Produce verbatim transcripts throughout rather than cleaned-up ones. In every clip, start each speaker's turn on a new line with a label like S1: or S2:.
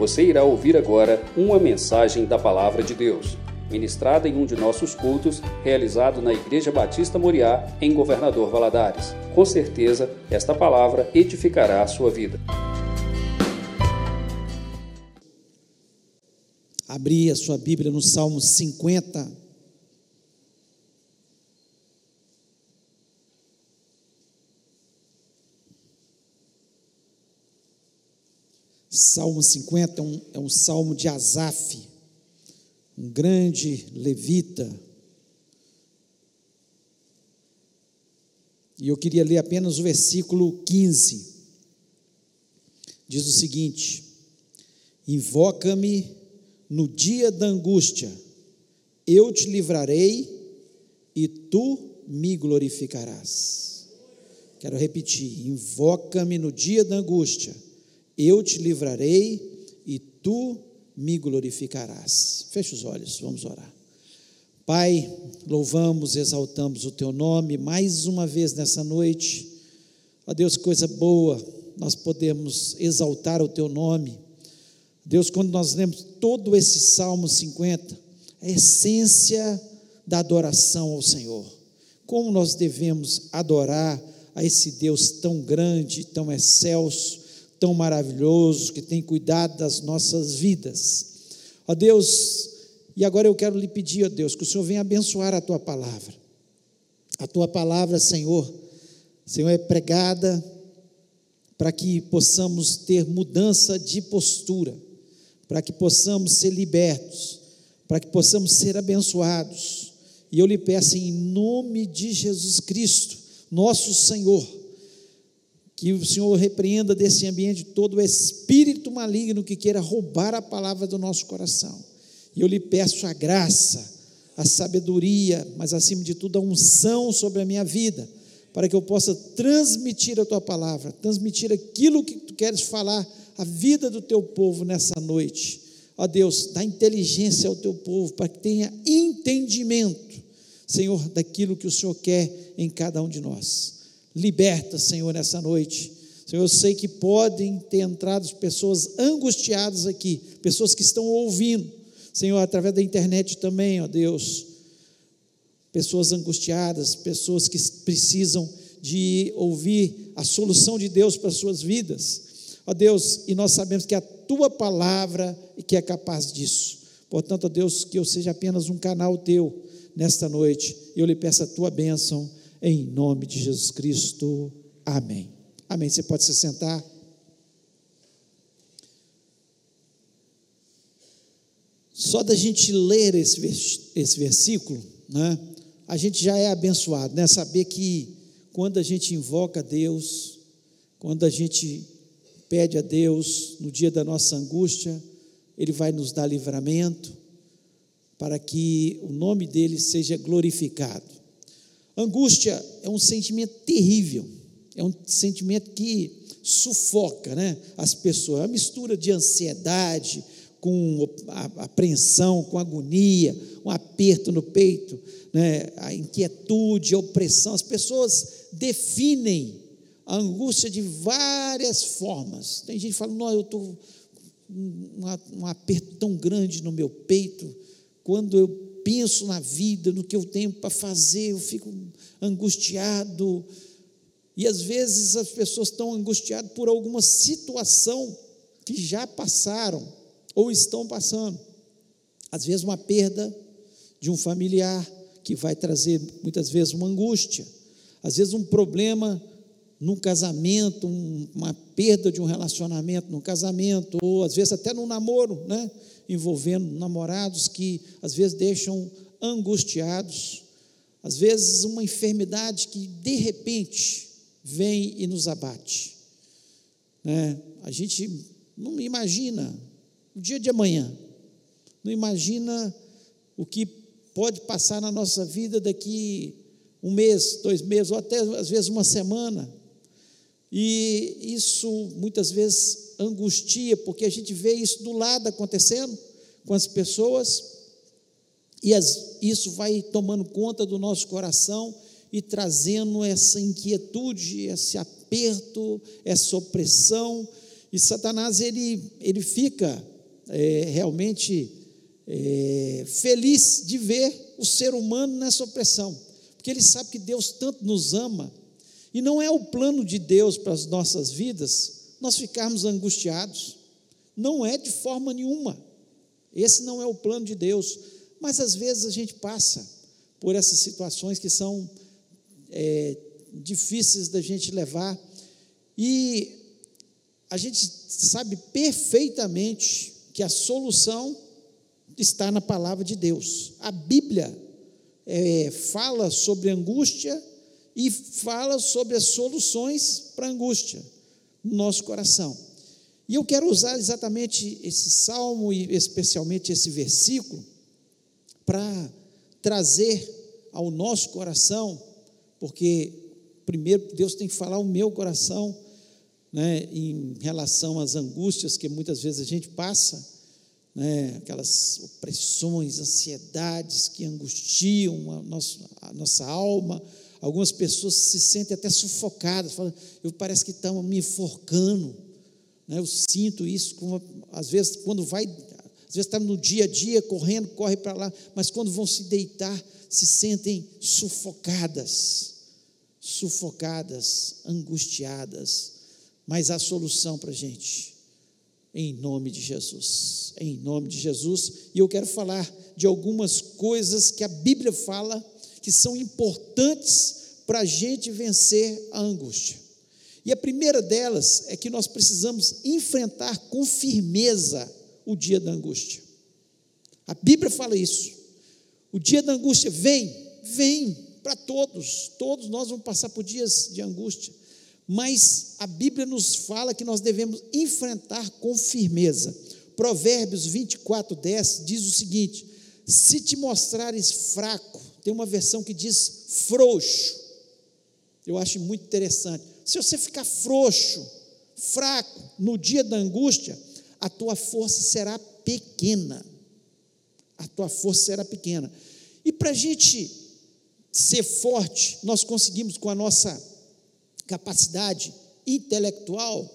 S1: Você irá ouvir agora uma mensagem da Palavra de Deus, ministrada em um de nossos cultos, realizado na Igreja Batista Moriá, em Governador Valadares. Com certeza, esta palavra edificará a sua vida.
S2: Abri a sua Bíblia no Salmo cinquenta. Salmo cinquenta é um, é um salmo de Asaf, um grande levita. E eu queria ler apenas o versículo quinze. Diz o seguinte: invoca-me no dia da angústia, eu te livrarei e tu me glorificarás. Quero repetir: invoca-me no dia da angústia, eu te livrarei e tu me glorificarás. Feche os olhos, vamos orar. Pai, louvamos, exaltamos o teu nome mais uma vez nessa noite. Ó Deus, coisa boa nós podemos exaltar o teu nome. Deus, quando nós lemos todo esse Salmo cinquenta, a essência da adoração ao Senhor. Como nós devemos adorar a esse Deus tão grande, tão excelso, tão maravilhoso, que tem cuidado das nossas vidas. Ó Deus, e agora eu quero lhe pedir, ó Deus, que o Senhor venha abençoar a tua palavra. A tua palavra, Senhor, Senhor, é pregada para que possamos ter mudança de postura, para que possamos ser libertos, para que possamos ser abençoados. E eu lhe peço em nome de Jesus Cristo, nosso Senhor, que o Senhor repreenda desse ambiente todo o espírito maligno que queira roubar a palavra do nosso coração. E eu lhe peço a graça, a sabedoria, mas acima de tudo a unção sobre a minha vida, para que eu possa transmitir a tua palavra, transmitir aquilo que tu queres falar à vida do teu povo nessa noite. Ó Deus, dá inteligência ao teu povo, para que tenha entendimento, Senhor, daquilo que o Senhor quer em cada um de nós. Liberta, Senhor, nessa noite. Senhor, eu sei que podem ter entrado pessoas angustiadas aqui, pessoas que estão ouvindo, Senhor, através da internet também, ó Deus, pessoas angustiadas, pessoas que precisam de ouvir a solução de Deus para as suas vidas, ó Deus, e nós sabemos que a tua palavra é que é capaz disso. Portanto, ó Deus, que eu seja apenas um canal teu nesta noite, e eu lhe peço a tua bênção em nome de Jesus Cristo, amém. Amém, você pode se sentar. Só da gente ler esse, esse versículo, né, a gente já é abençoado, né? Saber que quando a gente invoca a Deus, quando a gente pede a Deus no dia da nossa angústia, Ele vai nos dar livramento para que o nome dEle seja glorificado. Angústia é um sentimento terrível, é um sentimento que sufoca, né, as pessoas, é uma mistura de ansiedade, com apreensão, com agonia, um aperto no peito, né, a inquietude, a opressão. As pessoas definem a angústia de várias formas. Tem gente que fala: não, eu estou com um aperto tão grande no meu peito, quando eu penso na vida, no que eu tenho para fazer, eu fico angustiado. E às vezes as pessoas estão angustiadas por alguma situação que já passaram ou estão passando. Às vezes uma perda de um familiar, que vai trazer muitas vezes uma angústia. Às vezes um problema num casamento, um, uma perda de um relacionamento num casamento, ou às vezes até num namoro, né? Envolvendo namorados que às vezes deixam angustiados. Às vezes uma enfermidade que de repente vem e nos abate, né? A gente não imagina o dia de amanhã, não imagina o que pode passar na nossa vida daqui um mês, dois meses, ou até às vezes uma semana. E isso muitas vezes angustia, porque a gente vê isso do lado acontecendo com as pessoas, e as, isso vai tomando conta do nosso coração e trazendo essa inquietude, esse aperto, essa opressão. E Satanás ele, ele fica é, realmente é, feliz de ver o ser humano nessa opressão, porque ele sabe que Deus tanto nos ama, e não é o plano de Deus para as nossas vidas nós ficarmos angustiados, não é de forma nenhuma, esse não é o plano de Deus, mas às vezes a gente passa por essas situações que são é, difíceis da gente levar, e a gente sabe perfeitamente que a solução está na palavra de Deus. A Bíblia é, fala sobre angústia e fala sobre as soluções para a angústia no nosso coração. E eu quero usar exatamente esse salmo e especialmente esse versículo para trazer ao nosso coração, porque primeiro Deus tem que falar o meu coração, né, em relação às angústias que muitas vezes a gente passa, né, aquelas opressões, ansiedades que angustiam a nossa, a nossa alma. Algumas pessoas se sentem até sufocadas, falam, eu parece que estão me enforcando, né, eu sinto isso, como, às vezes quando vai, às vezes está no dia a dia, correndo, corre para lá, mas quando vão se deitar, se sentem sufocadas, sufocadas, angustiadas, mas há solução para a gente, em nome de Jesus, em nome de Jesus, e eu quero falar de algumas coisas que a Bíblia fala, que são importantes para a gente vencer a angústia, e a primeira delas é que nós precisamos enfrentar com firmeza o dia da angústia. A Bíblia fala isso, o dia da angústia vem, vem para todos, todos nós vamos passar por dias de angústia, mas a Bíblia nos fala que nós devemos enfrentar com firmeza. Provérbios vinte e quatro, dez diz o seguinte: se te mostrares fraco, tem uma versão que diz frouxo, eu acho muito interessante, se você ficar frouxo, fraco, no dia da angústia, a tua força será pequena, a tua força será pequena, e para a gente ser forte, nós conseguimos com a nossa capacidade intelectual,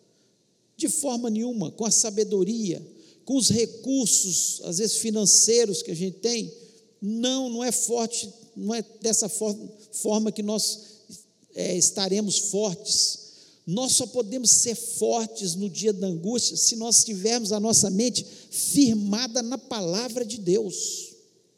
S2: de forma nenhuma, com a sabedoria, com os recursos, às vezes financeiros que a gente tem, não, não é forte, não é dessa forma, forma que nós é, estaremos fortes. Nós só podemos ser fortes no dia da angústia se nós tivermos a nossa mente firmada na palavra de Deus.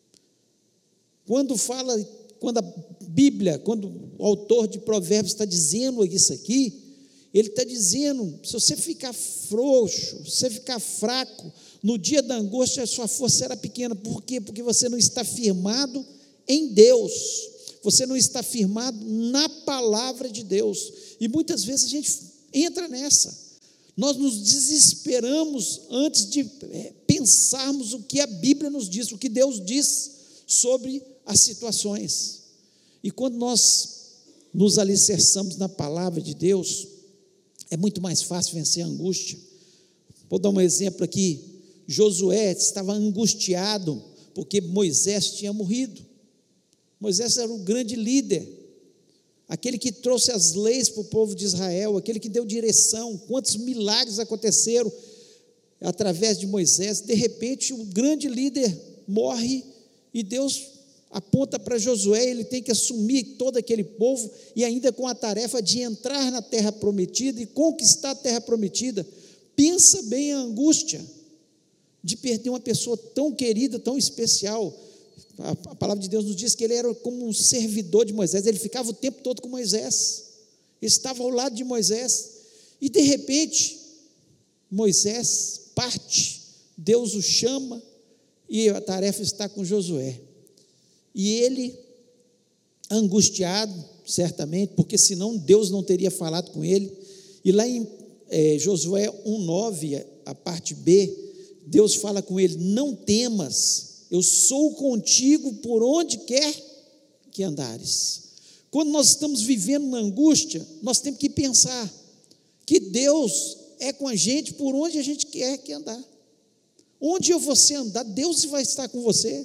S2: Quando fala, quando a Bíblia, quando o autor de Provérbios está dizendo isso aqui, ele está dizendo, se você ficar frouxo, se você ficar fraco, no dia da angústia a sua força será pequena. Por quê? Porque você não está firmado em Deus, você não está firmado na palavra de Deus, e muitas vezes a gente entra nessa, nós nos desesperamos antes de é, pensarmos o que a Bíblia nos diz, o que Deus diz sobre as situações, e quando nós nos alicerçamos na palavra de Deus, é muito mais fácil vencer a angústia. Vou dar um exemplo aqui. Josué estava angustiado porque Moisés tinha morrido. Moisés era um grande líder, aquele que trouxe as leis para o povo de Israel, aquele que deu direção. Quantos milagres aconteceram através de Moisés. De repente o grande líder morre e Deus aponta para Josué, ele tem que assumir todo aquele povo, e ainda com a tarefa de entrar na terra prometida e conquistar a terra prometida. Pensa bem a angústia de perder uma pessoa tão querida, tão especial. A, a palavra de Deus nos diz que ele era como um servidor de Moisés, ele ficava o tempo todo com Moisés, ele estava ao lado de Moisés, e de repente Moisés parte, Deus o chama, e a tarefa está com Josué. E ele, angustiado, certamente, porque senão Deus não teria falado com ele, e lá em é, Josué um, nove, a parte B, Deus fala com ele: não temas, eu sou contigo por onde quer que andares. Quando nós estamos vivendo na angústia, nós temos que pensar que Deus é com a gente por onde a gente quer que andar. Onde você andar, Deus vai estar com você.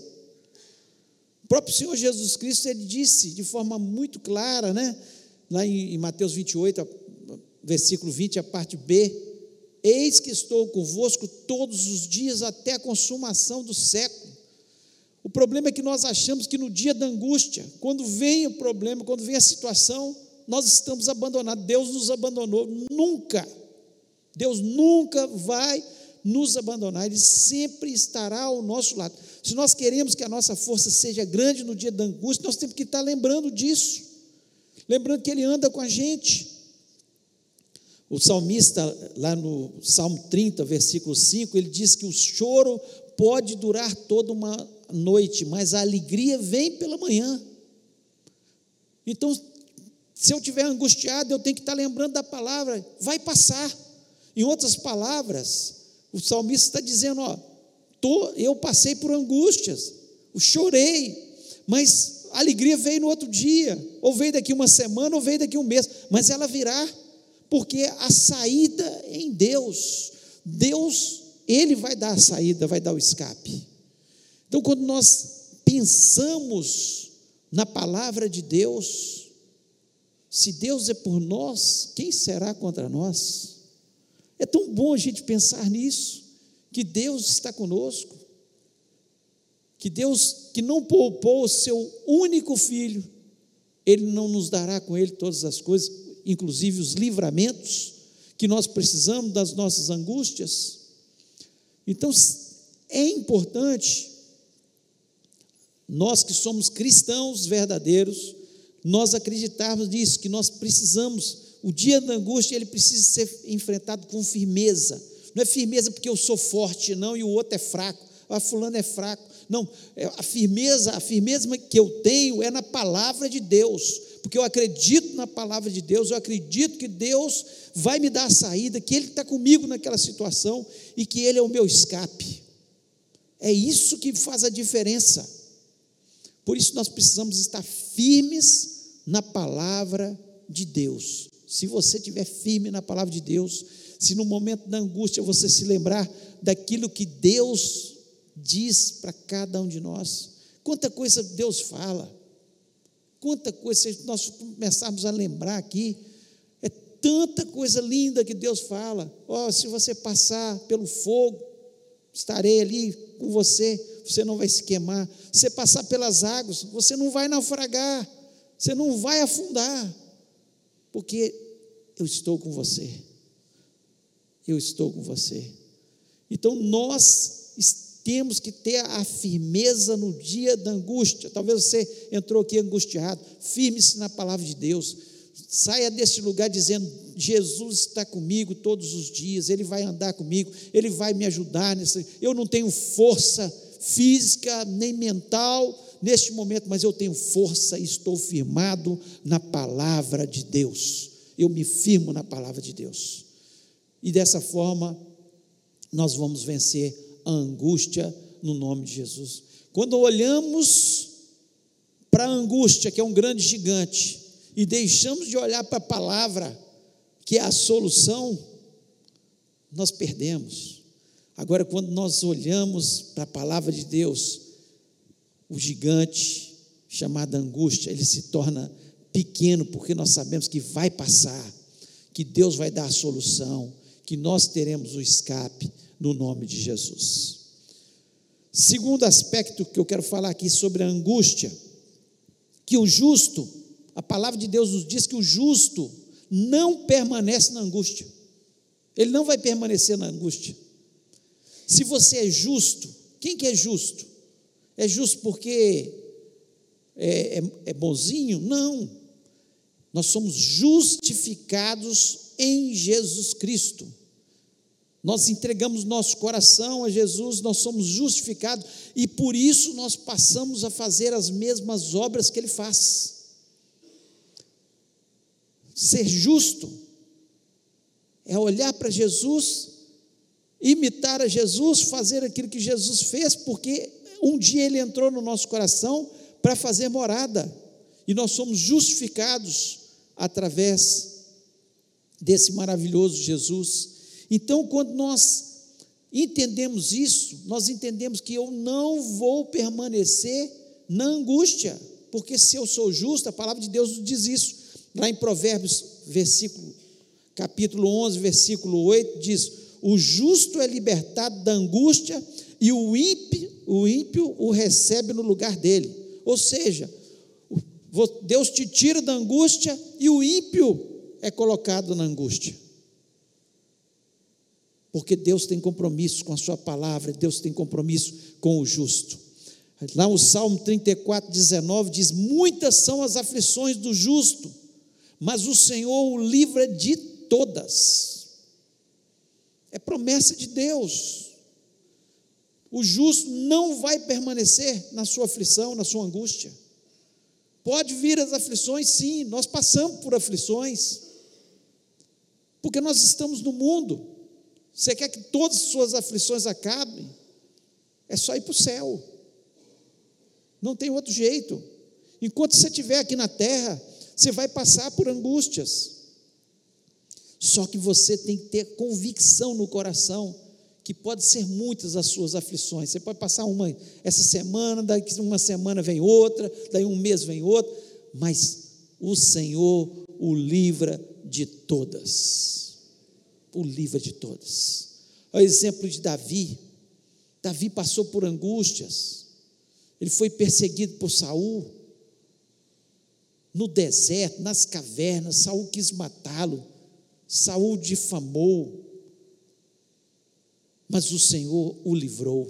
S2: O próprio Senhor Jesus Cristo, ele disse de forma muito clara, né? Lá em, em Mateus vinte e oito, versículo vinte, a parte B, eis que estou convosco todos os dias até a consumação do século. O problema é que nós achamos que no dia da angústia, quando vem o problema, quando vem a situação, nós estamos abandonados. Deus nos abandonou. Nunca. Deus nunca vai nos abandonar. Ele sempre estará ao nosso lado. Se nós queremos que a nossa força seja grande no dia da angústia, nós temos que estar lembrando disso. Lembrando que Ele anda com a gente. O salmista, lá no Salmo trinta, versículo cinco, ele diz que o choro pode durar toda uma noite, mas a alegria vem pela manhã. Então, se eu estiver angustiado, eu tenho que estar lembrando da palavra, vai passar. Em outras palavras, o salmista está dizendo, ó, tô, eu passei por angústias, eu chorei, mas a alegria veio no outro dia, ou veio daqui uma semana, ou veio daqui um mês, mas ela virá, porque a saída é em Deus. Deus, Ele vai dar a saída, vai dar o escape. Então, quando nós pensamos na palavra de Deus, se Deus é por nós, quem será contra nós? É tão bom a gente pensar nisso, que Deus está conosco, que Deus, que não poupou o seu único filho, Ele não nos dará com Ele todas as coisas, inclusive os livramentos que nós precisamos das nossas angústias. Então, é importante, nós que somos cristãos verdadeiros, nós acreditarmos nisso, que nós precisamos, o dia da angústia, ele precisa ser enfrentado com firmeza. Não é firmeza porque eu sou forte, não, e o outro é fraco, a fulano é fraco. Não, a firmeza, a firmeza que eu tenho é na palavra de Deus, porque eu acredito na palavra de Deus, eu acredito que Deus vai me dar a saída, que Ele está comigo naquela situação e que Ele é o meu escape. É isso que faz a diferença. Por isso nós precisamos estar firmes na palavra de Deus. Se você estiver firme na palavra de Deus, se no momento da angústia você se lembrar daquilo que Deus diz para cada um de nós, quanta coisa Deus fala, quanta coisa, se nós começarmos a lembrar aqui, é tanta coisa linda que Deus fala. Ó, oh, se você passar pelo fogo, estarei ali com você, você não vai se queimar. Se você passar pelas águas, você não vai naufragar, você não vai afundar, porque eu estou com você, eu estou com você. Então nós temos que ter a firmeza no dia da angústia. Talvez você entrou aqui angustiado, firme-se na palavra de Deus, saia desse lugar dizendo, Jesus está comigo todos os dias, Ele vai andar comigo, Ele vai me ajudar, nessa, eu não tenho força física nem mental neste momento, mas eu tenho força e estou firmado na palavra de Deus, eu me firmo na palavra de Deus, e dessa forma nós vamos vencer a angústia no nome de Jesus. Quando olhamos para a angústia, que é um grande gigante, e deixamos de olhar para a palavra, que é a solução, nós perdemos. Agora, quando nós olhamos para a palavra de Deus, o gigante chamado angústia, ele se torna pequeno, porque nós sabemos que vai passar, que Deus vai dar a solução, que nós teremos o escape no nome de Jesus. Segundo aspecto que eu quero falar aqui sobre a angústia, que o justo, a palavra de Deus nos diz que o justo não permanece na angústia, ele não vai permanecer na angústia. Se você é justo, quem que é justo? É justo porque é, é, é bonzinho? Não, nós somos justificados em Jesus Cristo. Nós entregamos nosso coração a Jesus, nós somos justificados, e por isso nós passamos a fazer as mesmas obras que Ele faz. Ser justo é olhar para Jesus, imitar a Jesus, fazer aquilo que Jesus fez, porque um dia Ele entrou no nosso coração para fazer morada, e nós somos justificados através desse maravilhoso Jesus. Então, quando nós entendemos isso, nós entendemos que eu não vou permanecer na angústia, porque se eu sou justo, a palavra de Deus nos diz isso, lá em Provérbios, versículo, capítulo onze, versículo oito, diz, o justo é libertado da angústia e o ímpio, o ímpio o recebe no lugar dele. Ou seja, Deus te tira da angústia e o ímpio é colocado na angústia. Porque Deus tem compromisso com a sua palavra, Deus tem compromisso com o justo. Lá o Salmo trinta e quatro, dezenove diz: muitas são as aflições do justo, mas o Senhor o livra de todas. É promessa de Deus. O justo não vai permanecer na sua aflição, na sua angústia. Pode vir as aflições, sim, nós passamos por aflições, porque nós estamos no mundo. Você quer que todas as suas aflições acabem? É só ir para o céu. Não tem outro jeito. Enquanto você estiver aqui na terra, você vai passar por angústias. Só que você tem que ter convicção no coração que pode ser muitas as suas aflições. Você pode passar uma essa semana, daqui uma semana vem outra, daí um mês vem outra, mas o Senhor o livra de todas. O livra de todas. O exemplo de Davi. Davi passou por angústias. Ele foi perseguido por Saul. No deserto, nas cavernas, Saul quis matá-lo. Saul difamou. Mas o Senhor o livrou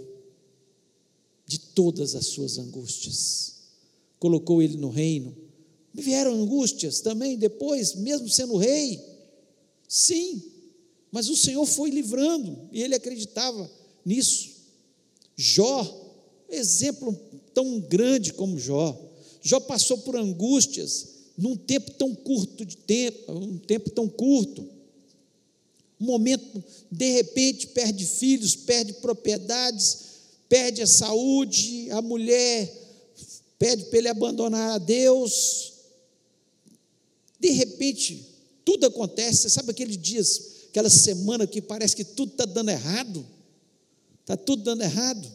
S2: de todas as suas angústias. Colocou ele no reino. Vieram angústias também depois, mesmo sendo rei. Sim, mas o Senhor foi livrando, e ele acreditava nisso. Jó, exemplo tão grande como Jó. Jó passou por angústias num tempo tão curto de tempo, um tempo tão curto. Um momento, de repente, perde filhos, perde propriedades, perde a saúde, a mulher pede para ele abandonar a Deus. De repente, tudo acontece. Você sabe aqueles dias, aquela semana que parece que tudo está dando errado? Está tudo dando errado.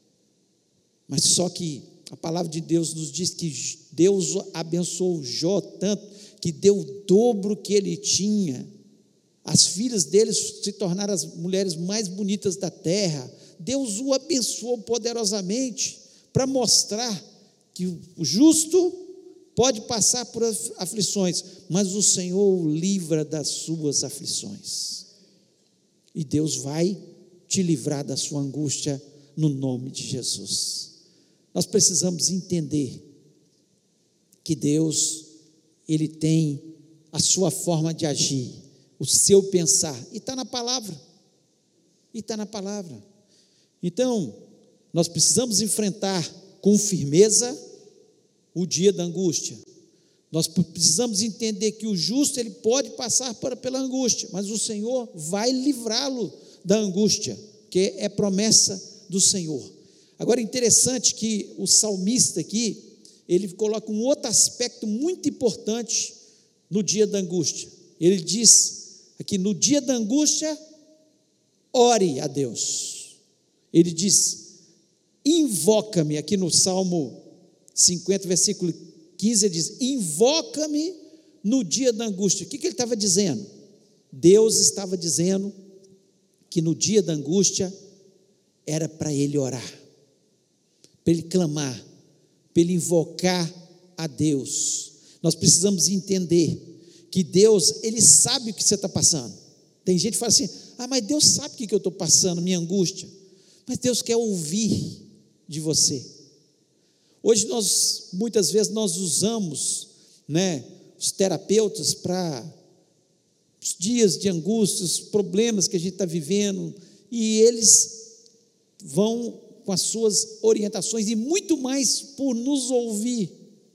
S2: Mas só que a palavra de Deus nos diz que Deus abençoou Jó tanto, que deu o dobro que ele tinha. As filhas deles se tornaram as mulheres mais bonitas da terra. Deus o abençoou poderosamente para mostrar que o justo pode passar por aflições, mas o Senhor o livra das suas aflições. E Deus vai te livrar da sua angústia no nome de Jesus. Nós precisamos entender que Deus, Ele tem a sua forma de agir, o seu pensar, e está na palavra, e está na palavra. Então, nós precisamos enfrentar com firmeza o dia da angústia. Nós precisamos entender que o justo, ele pode passar por, pela angústia, mas o Senhor vai livrá-lo da angústia, que é promessa do Senhor. Agora, interessante que o salmista aqui, ele coloca um outro aspecto muito importante no dia da angústia. Ele diz aqui: no dia da angústia, ore a Deus. Ele diz: invoca-me, aqui no Salmo cinquenta, versículo quinze, ele diz: invoca-me no dia da angústia. O que, que ele estava dizendo? Deus estava dizendo que no dia da angústia era para ele orar, para ele clamar, para ele invocar a Deus. Nós precisamos entender que Deus, Ele sabe o que você está passando. Tem gente que fala assim: ah, mas Deus sabe o que eu estou passando, minha angústia. Mas Deus quer ouvir de você. Hoje nós, muitas vezes nós usamos, né, os terapeutas para os dias de angústia, os problemas que a gente está vivendo, e eles vão com as suas orientações, e muito mais por nos ouvir,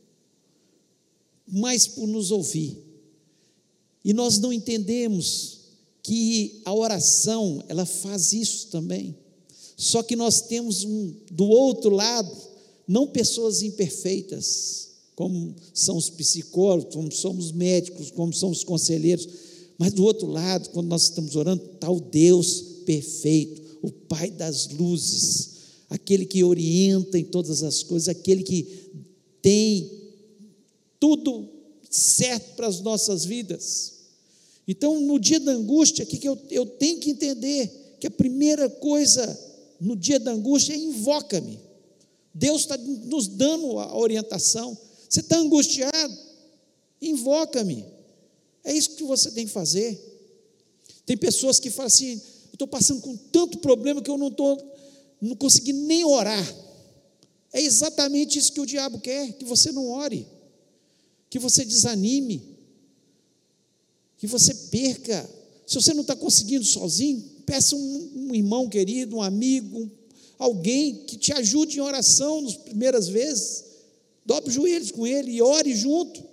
S2: mais por nos ouvir. E nós não entendemos que a oração, ela faz isso também. Só que nós temos um, do outro lado, não pessoas imperfeitas, como são os psicólogos, como somos médicos, como são os conselheiros, mas do outro lado, quando nós estamos orando, está o Deus perfeito, o Pai das luzes, aquele que orienta em todas as coisas, aquele que tem tudo certo para as nossas vidas. Então, no dia da angústia, o que eu, eu tenho que entender? que a primeira coisa no dia da angústia é invoca-me. Deus está nos dando a orientação. Você está angustiado? Invoca-me. É isso que você tem que fazer. Tem pessoas que falam assim: eu estou passando com tanto problema que eu não estou, não consegui nem orar. É exatamente isso que o diabo quer, que você não ore, que você desanime, que você perca. Se você não está conseguindo sozinho, peça um, um irmão querido, um amigo, um, alguém que te ajude em oração nas primeiras vezes. Dobre os joelhos com ele e ore junto.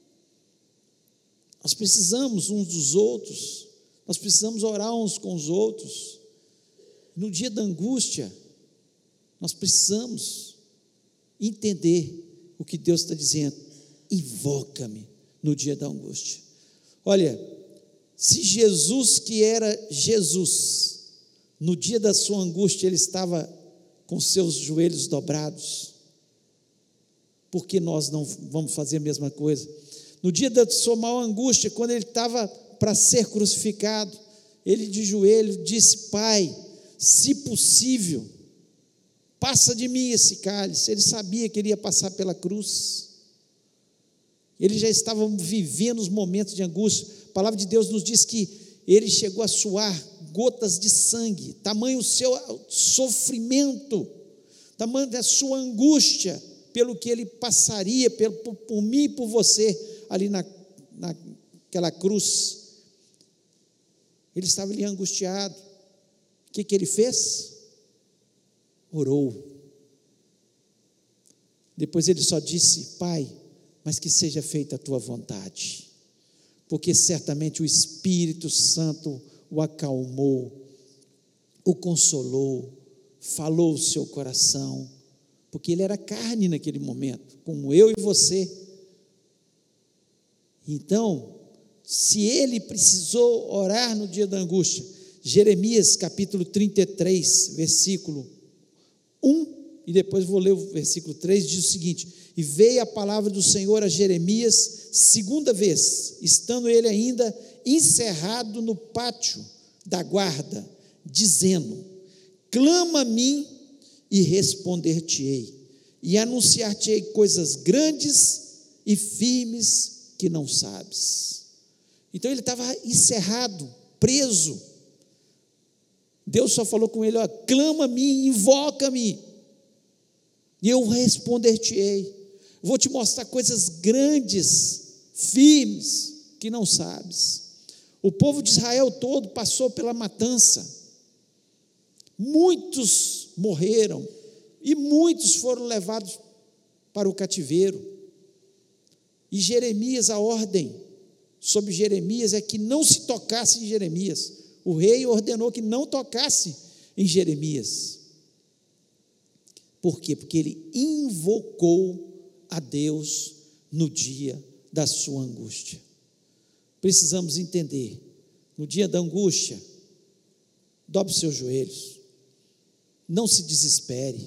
S2: Nós precisamos uns dos outros, nós precisamos orar uns com os outros. No dia da angústia, nós precisamos entender o que Deus está dizendo: invoca-me no dia da angústia. Olha, se Jesus, que era Jesus, no dia da sua angústia, ele estava com seus joelhos dobrados, por que nós não vamos fazer a mesma coisa? No dia da sua maior angústia, quando ele estava para ser crucificado, ele de joelho disse: Pai, se possível, passa de mim esse cálice. Ele sabia que ele ia passar pela cruz, ele já estava vivendo os momentos de angústia. A palavra de Deus nos diz que ele chegou a suar gotas de sangue, tamanho o seu sofrimento, tamanho a sua angústia, pelo que ele passaria, pelo, por, por mim e por você, ali na, naquela cruz. Ele estava ali angustiado. O que, que ele fez? Orou. Depois ele só disse: Pai, mas que seja feita a tua vontade, porque certamente o Espírito Santo o acalmou, o consolou, falou o seu coração, porque ele era carne naquele momento, como eu e você. Então, se ele precisou orar no dia da angústia, Jeremias capítulo trinta e três, versículo um, e depois vou ler o versículo três, diz o seguinte: e veio a palavra do Senhor a Jeremias segunda vez, estando ele ainda encerrado no pátio da guarda, dizendo: clama a mim e responder-te-ei, e anunciar-te-ei coisas grandes e firmes que não sabes. Então ele estava encerrado, preso. Deus só falou com ele: ó, clama a mim, invoca-me, e eu responder-te-ei. Vou te mostrar coisas grandes, firmes, que não sabes. O povo de Israel todo passou pela matança. Muitos morreram e muitos foram levados para o cativeiro. E Jeremias, a ordem sobre Jeremias é que não se tocasse em Jeremias. O rei ordenou que não tocasse em Jeremias. Por quê? Porque ele invocou a Deus no dia da sua angústia. Precisamos entender: no dia da angústia, dobre seus joelhos, não se desespere,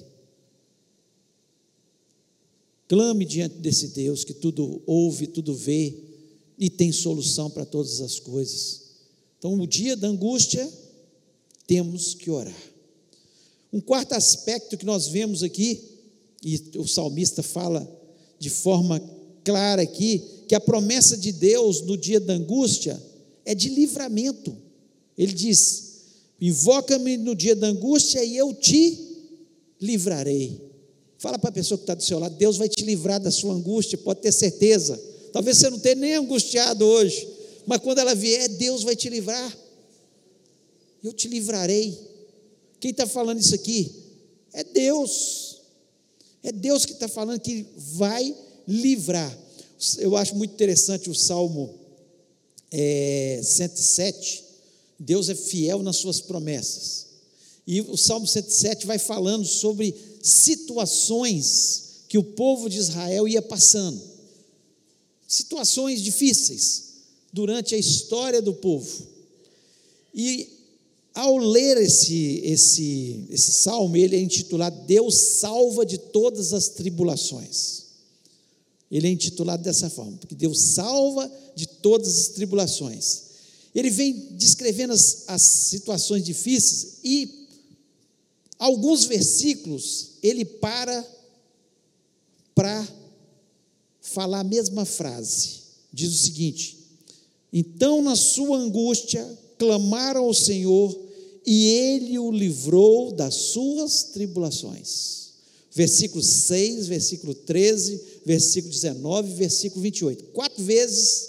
S2: clame diante desse Deus que tudo ouve, tudo vê e tem solução para todas as coisas. Então, no dia da angústia, temos que orar. Um quarto aspecto que nós vemos aqui, e o salmista fala de forma clara aqui, que a promessa de Deus no dia da angústia é de livramento. Ele diz: invoca-me no dia da angústia e eu te livrarei. Fala para a pessoa que está do seu lado: Deus vai te livrar da sua angústia, pode ter certeza. Talvez você não tenha nem angustiado hoje, mas quando ela vier, Deus vai te livrar. Eu te livrarei. Quem está falando isso aqui? É Deus. É Deus que está falando que vai livrar. Eu acho muito interessante o Salmo é, cento e sete. Deus é fiel nas suas promessas. E o Salmo cento e sete vai falando sobre situações que o povo de Israel ia passando. Situações difíceis durante a história do povo. E ao ler esse, esse, esse salmo, ele é intitulado Deus salva de todas as tribulações. Ele é intitulado dessa forma, porque Deus salva de todas as tribulações. ele vem descrevendo as, as situações difíceis, e alguns versículos ele para para falar a mesma frase. Diz o seguinte: então na sua angústia clamaram ao Senhor, e Ele o livrou das suas tribulações. Versículo seis, versículo treze, versículo dezenove, versículo vinte e oito. Quatro vezes,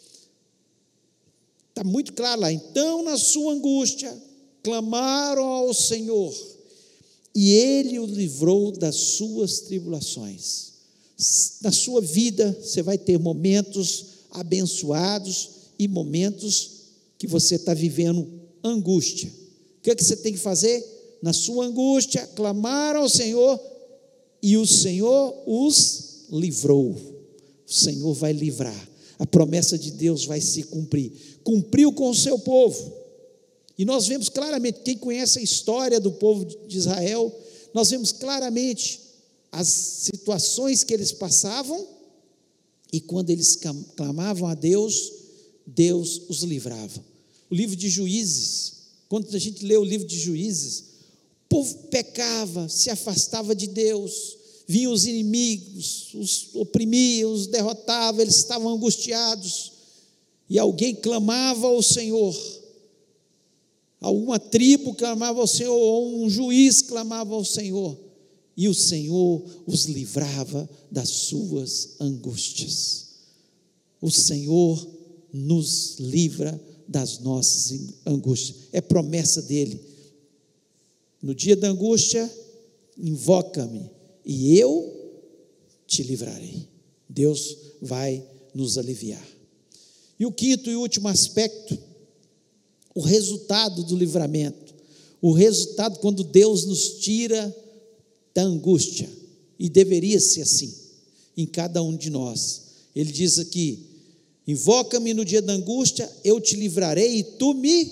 S2: está muito claro lá. Então na sua angústia clamaram ao Senhor, e Ele o livrou das suas tribulações. Na sua vida, você vai ter momentos abençoados e momentos que você está vivendo angústia. O que é que você tem que fazer? Na sua angústia, clamar ao Senhor, e o Senhor os livrou. O Senhor vai livrar. A promessa de Deus vai se cumprir. Cumpriu com o seu povo. E nós vemos claramente, quem conhece a história do povo de Israel, nós vemos claramente as situações que eles passavam, e quando eles clamavam a Deus, Deus os livrava. O livro de Juízes, quando a gente lê o livro de Juízes, o povo pecava, se afastava de Deus, vinham os inimigos, os oprimiam, os derrotavam, eles estavam angustiados, e alguém clamava ao Senhor, alguma tribo clamava ao Senhor, ou um juiz clamava ao Senhor, e o Senhor os livrava das suas angústias. O Senhor nos livra das nossas angústias, é promessa dele. No dia da angústia, invoca-me, e eu te livrarei. Deus vai nos aliviar. E o quinto e último aspecto, o resultado do livramento, o resultado quando Deus nos tira da angústia, e deveria ser assim, em cada um de nós. Ele diz aqui: invoca-me no dia da angústia, eu te livrarei, e tu me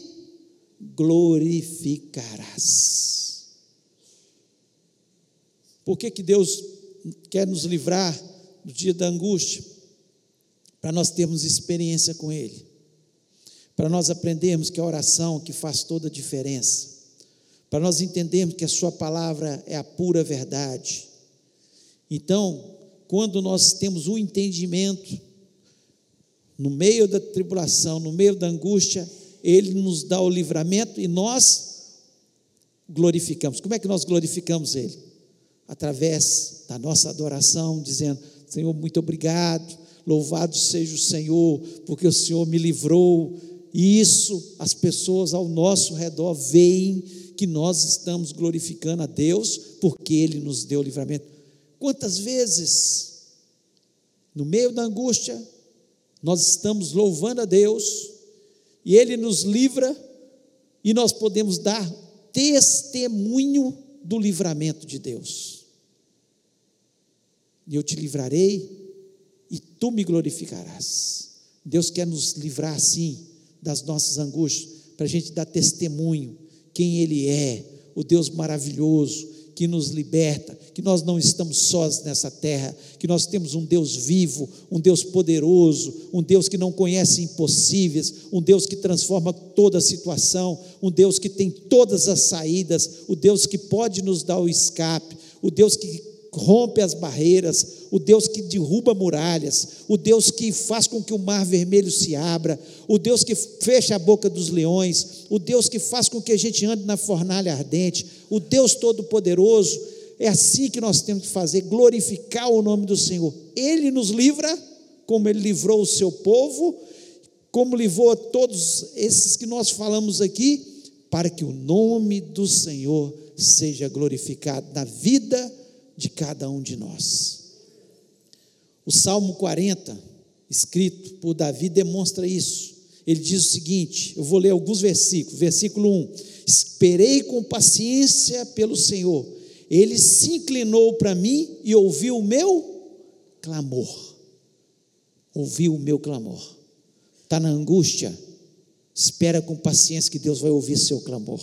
S2: glorificarás. Por que que Deus quer nos livrar do dia da angústia? Para nós termos experiência com Ele, para nós aprendermos que a oração que faz toda a diferença, para nós entendermos que a sua palavra é a pura verdade. Então, quando nós temos um entendimento, no meio da tribulação, no meio da angústia, Ele nos dá o livramento e nós glorificamos. Como é que nós glorificamos Ele? Através da nossa adoração, dizendo: Senhor, muito obrigado, louvado seja o Senhor, porque o Senhor me livrou. E isso, as pessoas ao nosso redor veem que nós estamos glorificando a Deus, porque Ele nos deu o livramento. Quantas vezes, no meio da angústia, nós estamos louvando a Deus, e Ele nos livra, e nós podemos dar testemunho do livramento de Deus. E eu te livrarei, e tu me glorificarás. Deus quer nos livrar assim das nossas angústias, para a gente dar testemunho quem Ele é, o Deus maravilhoso que nos liberta, que nós não estamos sós nessa terra, que nós temos um Deus vivo, um Deus poderoso, um Deus que não conhece impossíveis, um Deus que transforma toda a situação, um Deus que tem todas as saídas, o Deus que pode nos dar o escape, o Deus que rompe as barreiras, o Deus que derruba muralhas, o Deus que faz com que o mar vermelho se abra, o Deus que fecha a boca dos leões, o Deus que faz com que a gente ande na fornalha ardente, o Deus todo-poderoso. É assim que nós temos que fazer, glorificar o nome do Senhor. Ele nos livra, como Ele livrou o seu povo, como livrou a todos esses que nós falamos aqui, para que o nome do Senhor seja glorificado na vida de cada um de nós. O Salmo quarenta, escrito por Davi, demonstra isso. Ele diz o seguinte, eu vou ler alguns versículos. Versículo um: esperei com paciência pelo Senhor, Ele se inclinou para mim e ouviu o meu clamor. Ouviu o meu clamor. Está na angústia? Espera com paciência que Deus vai ouvir seu clamor.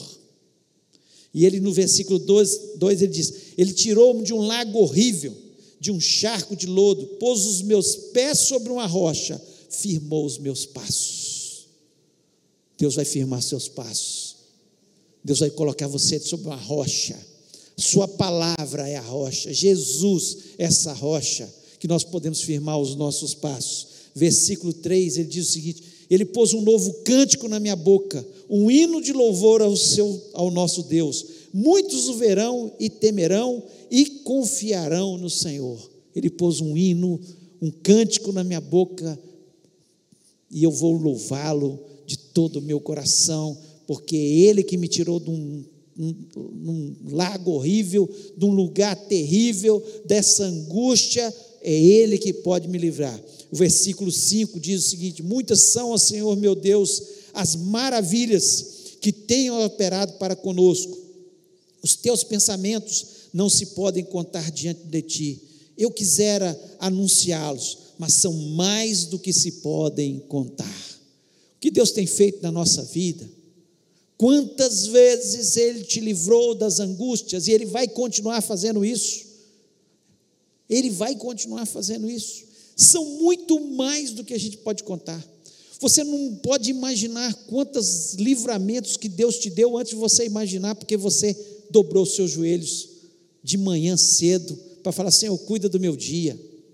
S2: E ele no versículo dois, ele diz: Ele tirou-me de um lago horrível, de um charco de lodo, pôs os meus pés sobre uma rocha, firmou os meus passos. Deus vai firmar seus passos, Deus vai colocar você sobre uma rocha, sua palavra é a rocha, Jesus é essa rocha, que nós podemos firmar os nossos passos. Versículo três, ele diz o seguinte: ele pôs um novo cântico na minha boca, um hino de louvor ao, seu, ao nosso Deus, muitos o verão e temerão e confiarão no Senhor. Ele pôs um hino, um cântico na minha boca, e eu vou louvá-lo de todo o meu coração, porque é Ele que me tirou de um, um, um lago horrível, de um lugar terrível, dessa angústia, é Ele que pode me livrar. O versículo cinco diz o seguinte: muitas são, ó Senhor meu Deus, as maravilhas que tenham operado para conosco, os teus pensamentos não se podem contar diante de ti. Eu quisera anunciá-los, mas são mais do que se podem contar. O que Deus tem feito na nossa vida, quantas vezes Ele te livrou das angústias, e Ele vai continuar fazendo isso, Ele vai continuar fazendo isso, são muito mais do que a gente pode contar. Você não pode imaginar quantos livramentos que Deus te deu antes de você imaginar, porque você dobrou os seus joelhos de manhã cedo, para falar: Senhor, cuida do meu dia.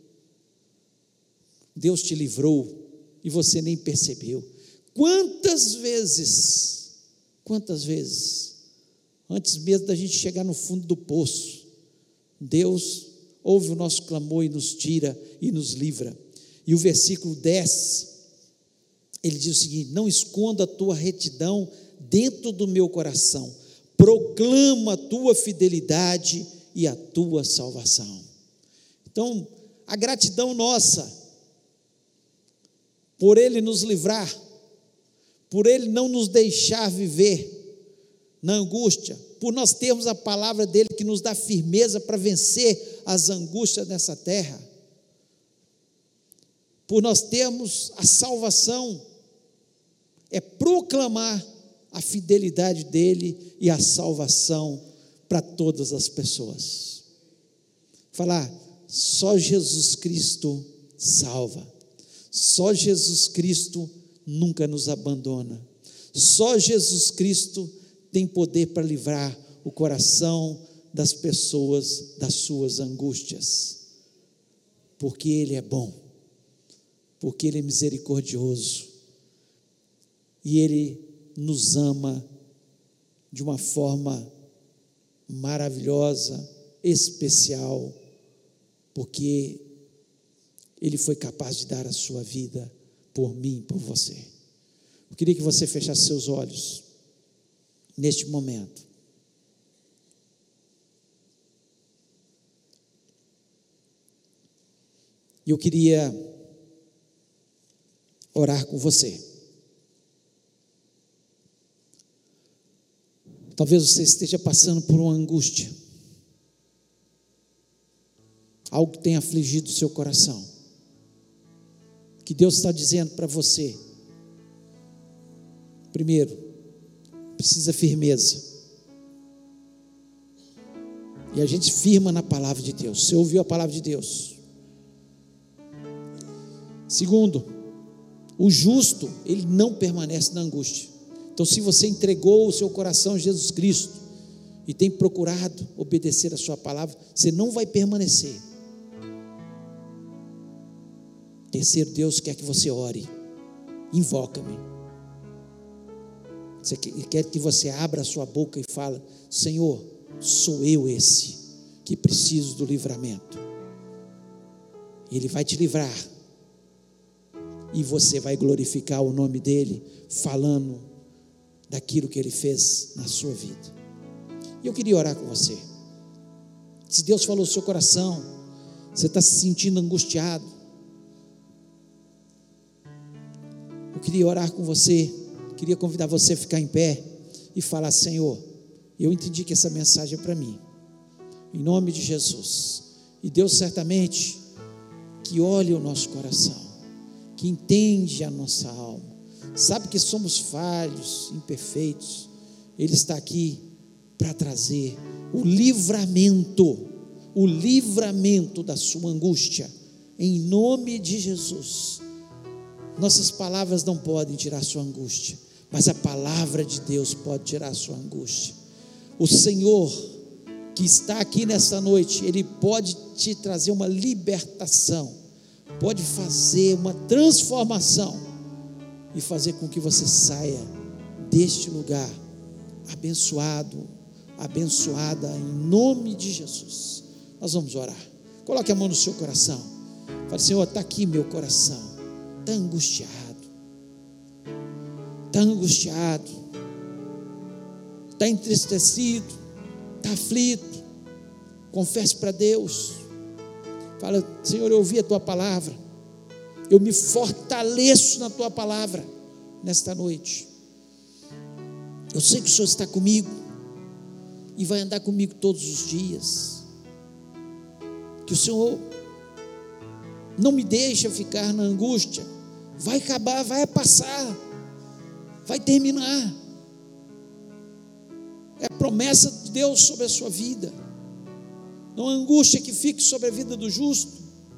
S2: Deus te livrou, e você nem percebeu. Quantas vezes, quantas vezes, antes mesmo da gente chegar no fundo do poço, Deus ouve o nosso clamor e nos tira e nos livra. E o versículo dez, ele diz o seguinte: não esconda a tua retidão dentro do meu coração, proclama a tua fidelidade e a tua salvação. Então, a gratidão nossa, por Ele nos livrar, por Ele não nos deixar viver na angústia, por nós termos a palavra dEle que nos dá firmeza para vencer as angústias dessa terra, por nós termos a salvação, é proclamar a fidelidade dEle e a salvação para todas as pessoas. Falar: só Jesus Cristo salva, só Jesus Cristo nunca nos abandona, só Jesus Cristo tem poder para livrar o coração das pessoas das suas angústias, porque Ele é bom, porque Ele é misericordioso, e Ele nos ama de uma forma maravilhosa, especial, porque Ele foi capaz de dar a sua vida por mim, por você. Eu queria que você fechasse seus olhos neste momento. E eu queria orar com você. Talvez você esteja passando por uma angústia, algo que tenha afligido o seu coração, que Deus está dizendo para você: primeiro, precisa firmeza, e a gente firma na palavra de Deus. Você ouviu a palavra de Deus. Segundo, o justo, ele não permanece na angústia. Então, se você entregou o seu coração a Jesus Cristo e tem procurado obedecer a sua palavra, você não vai permanecer. Terceiro, Deus quer que você ore, invoca-me. Ele quer que você abra a sua boca e fale: Senhor, sou eu esse que preciso do livramento. Ele vai te livrar, e você vai glorificar o nome dEle, falando daquilo que Ele fez na sua vida. E eu queria orar com você. Se Deus falou no seu coração, você está se sentindo angustiado, eu queria orar com você, queria convidar você a ficar em pé e falar: Senhor, eu entendi que essa mensagem é para mim, em nome de Jesus. E Deus certamente que olha o nosso coração, que entende a nossa alma, sabe que somos falhos, imperfeitos. Ele está aqui para trazer o livramento, o livramento da sua angústia, em nome de Jesus. Nossas palavras não podem tirar sua angústia, mas a palavra de Deus pode tirar a sua angústia. O Senhor que está aqui nessa noite, Ele pode te trazer uma libertação, pode fazer uma transformação e fazer com que você saia deste lugar abençoado, abençoada em nome de Jesus. Nós vamos orar. Coloque a mão no seu coração. Fale: Senhor, está aqui meu coração, está angustiado, está angustiado, está entristecido, está aflito. Confesse para Deus. Fala: Senhor, eu ouvi a tua palavra, eu me fortaleço na tua palavra nesta noite. Eu sei que o Senhor está comigo e vai andar comigo todos os dias. Que o Senhor não me deixa ficar na angústia. Vai acabar, vai passar, vai terminar. É a promessa de Deus sobre a sua vida. Não há angústia que fique sobre a vida do justo.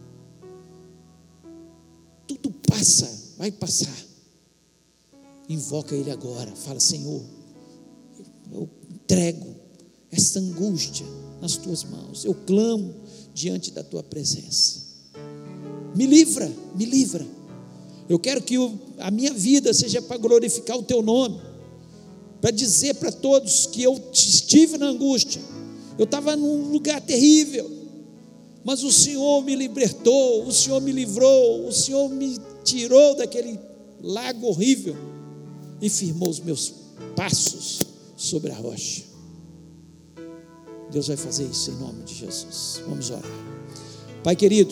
S2: Tudo passa, vai passar. Invoca Ele agora. Fala: Senhor, eu entrego esta angústia nas tuas mãos. Eu clamo diante da tua presença. Me livra, me livra. Eu quero que a minha vida seja para glorificar o teu nome, para dizer para todos que eu estive na angústia, eu estava num lugar terrível, mas o Senhor me libertou, o Senhor me livrou, o Senhor me tirou daquele lago horrível e firmou os meus passos sobre a rocha. Deus vai fazer isso em nome de Jesus. Vamos orar. Pai querido,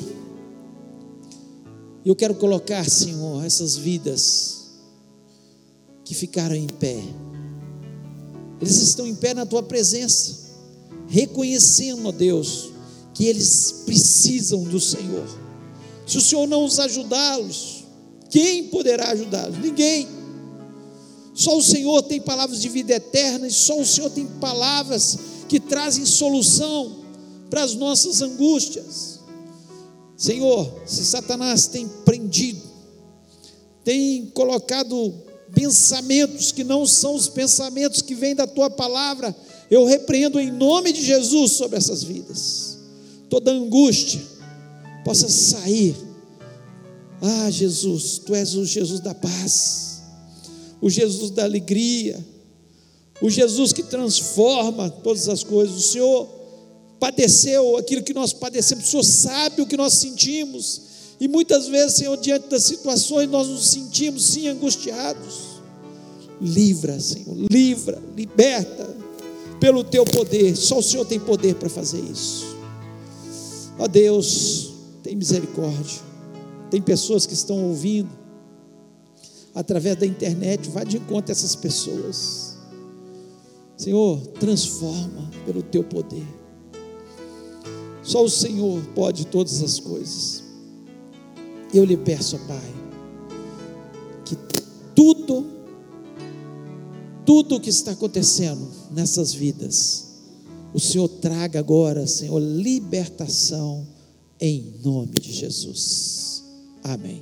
S2: eu quero colocar, Senhor, essas vidas que ficaram em pé. Eles estão em pé na tua presença, reconhecendo, ó Deus, que eles precisam do Senhor. Se o Senhor não os ajudá-los, quem poderá ajudá-los? Ninguém. Só o Senhor tem palavras de vida eterna, e só o Senhor tem palavras que trazem solução para as nossas angústias. Senhor, se Satanás tem prendido, tem colocado pensamentos que não são os pensamentos que vêm da tua palavra, eu repreendo em nome de Jesus sobre essas vidas. Toda angústia possa sair. Ah, Jesus, tu és o Jesus da paz, o Jesus da alegria, o Jesus que transforma todas as coisas. O Senhor padeceu aquilo que nós padecemos, o Senhor sabe o que nós sentimos, e muitas vezes, Senhor, diante das situações nós nos sentimos sim angustiados. Livra, Senhor, livra, liberta pelo teu poder. Só o Senhor tem poder para fazer isso. Ó Deus, tem misericórdia. Tem pessoas que estão ouvindo através da internet, vá de encontro a essas pessoas. Senhor, transforma pelo teu poder. Só o Senhor pode todas as coisas. Eu lhe peço, ó Pai, que tudo, tudo o que está acontecendo nessas vidas, o Senhor traga agora, Senhor, libertação em nome de Jesus. Amém.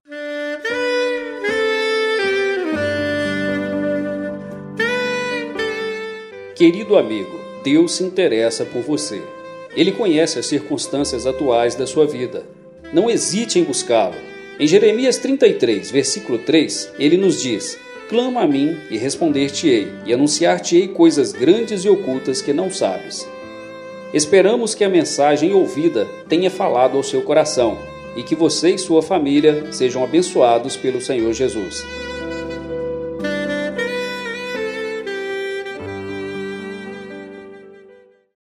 S1: Querido amigo, Deus se interessa por você. Ele conhece as circunstâncias atuais da sua vida. Não hesite em buscá-lo. Em Jeremias trinta e três, versículo três, ele nos diz: clama a mim e responder-te-ei, e anunciar-te-ei coisas grandes e ocultas que não sabes. Esperamos que a mensagem ouvida tenha falado ao seu coração e que você e sua família sejam abençoados pelo Senhor Jesus.